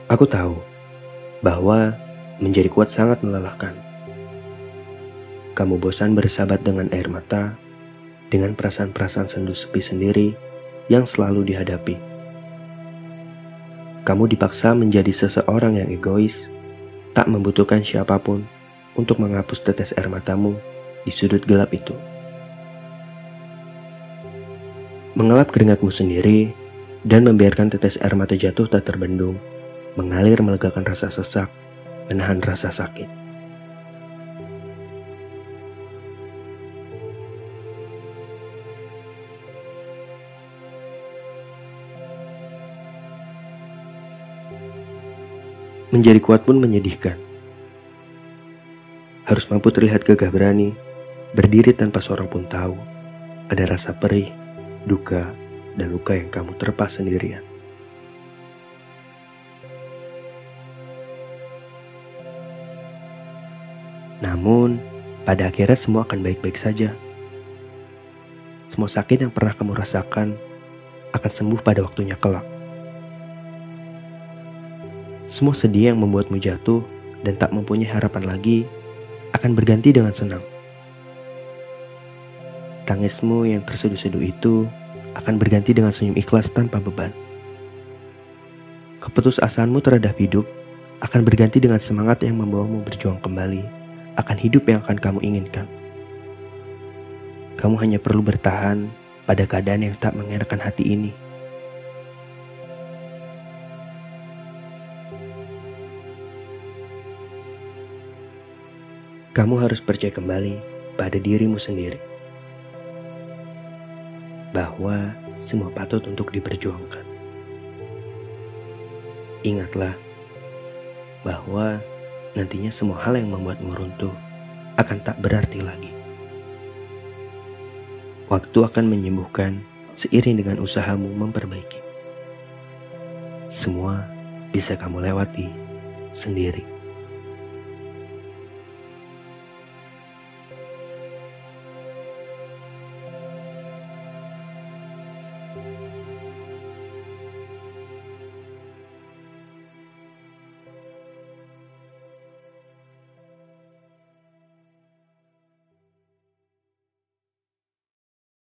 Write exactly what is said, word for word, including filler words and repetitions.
Aku tahu bahwa menjadi kuat sangat melelahkan. Kamu bosan bersahabat dengan air mata, dengan perasaan-perasaan sendu sepi sendiri yang selalu dihadapi. Kamu dipaksa menjadi seseorang yang egois, tak membutuhkan siapapun untuk menghapus tetes air matamu di sudut gelap itu. Mengelap keringatmu sendiri dan membiarkan tetes air mata jatuh tak terbendung, mengalir melegakan rasa sesak, menahan rasa sakit. Menjadi kuat pun menyedihkan. Harus mampu terlihat gagah berani, berdiri tanpa seorang pun tahu. Ada rasa perih, duka, dan luka yang kamu terpa sendirian. Namun, pada akhirnya semua akan baik-baik saja. Semua sakit yang pernah kamu rasakan akan sembuh pada waktunya kelak. Semua sedih yang membuatmu jatuh dan tak mempunyai harapan lagi akan berganti dengan senang. Tangismu yang terseduh-seduh itu akan berganti dengan senyum ikhlas tanpa beban. Keputusasaanmu terhadap hidup akan berganti dengan semangat yang membawamu berjuang kembali akan hidup yang akan kamu inginkan. Kamu hanya perlu bertahan pada keadaan yang tak mengenakan hati ini. Kamu harus percaya kembali pada dirimu sendiri, bahwa semua patut untuk diperjuangkan. Ingatlah bahwa nantinya semua hal yang membuatmu runtuh akan tak berarti lagi. Waktu akan menyembuhkan seiring dengan usahamu memperbaiki. Semua bisa kamu lewati sendiri.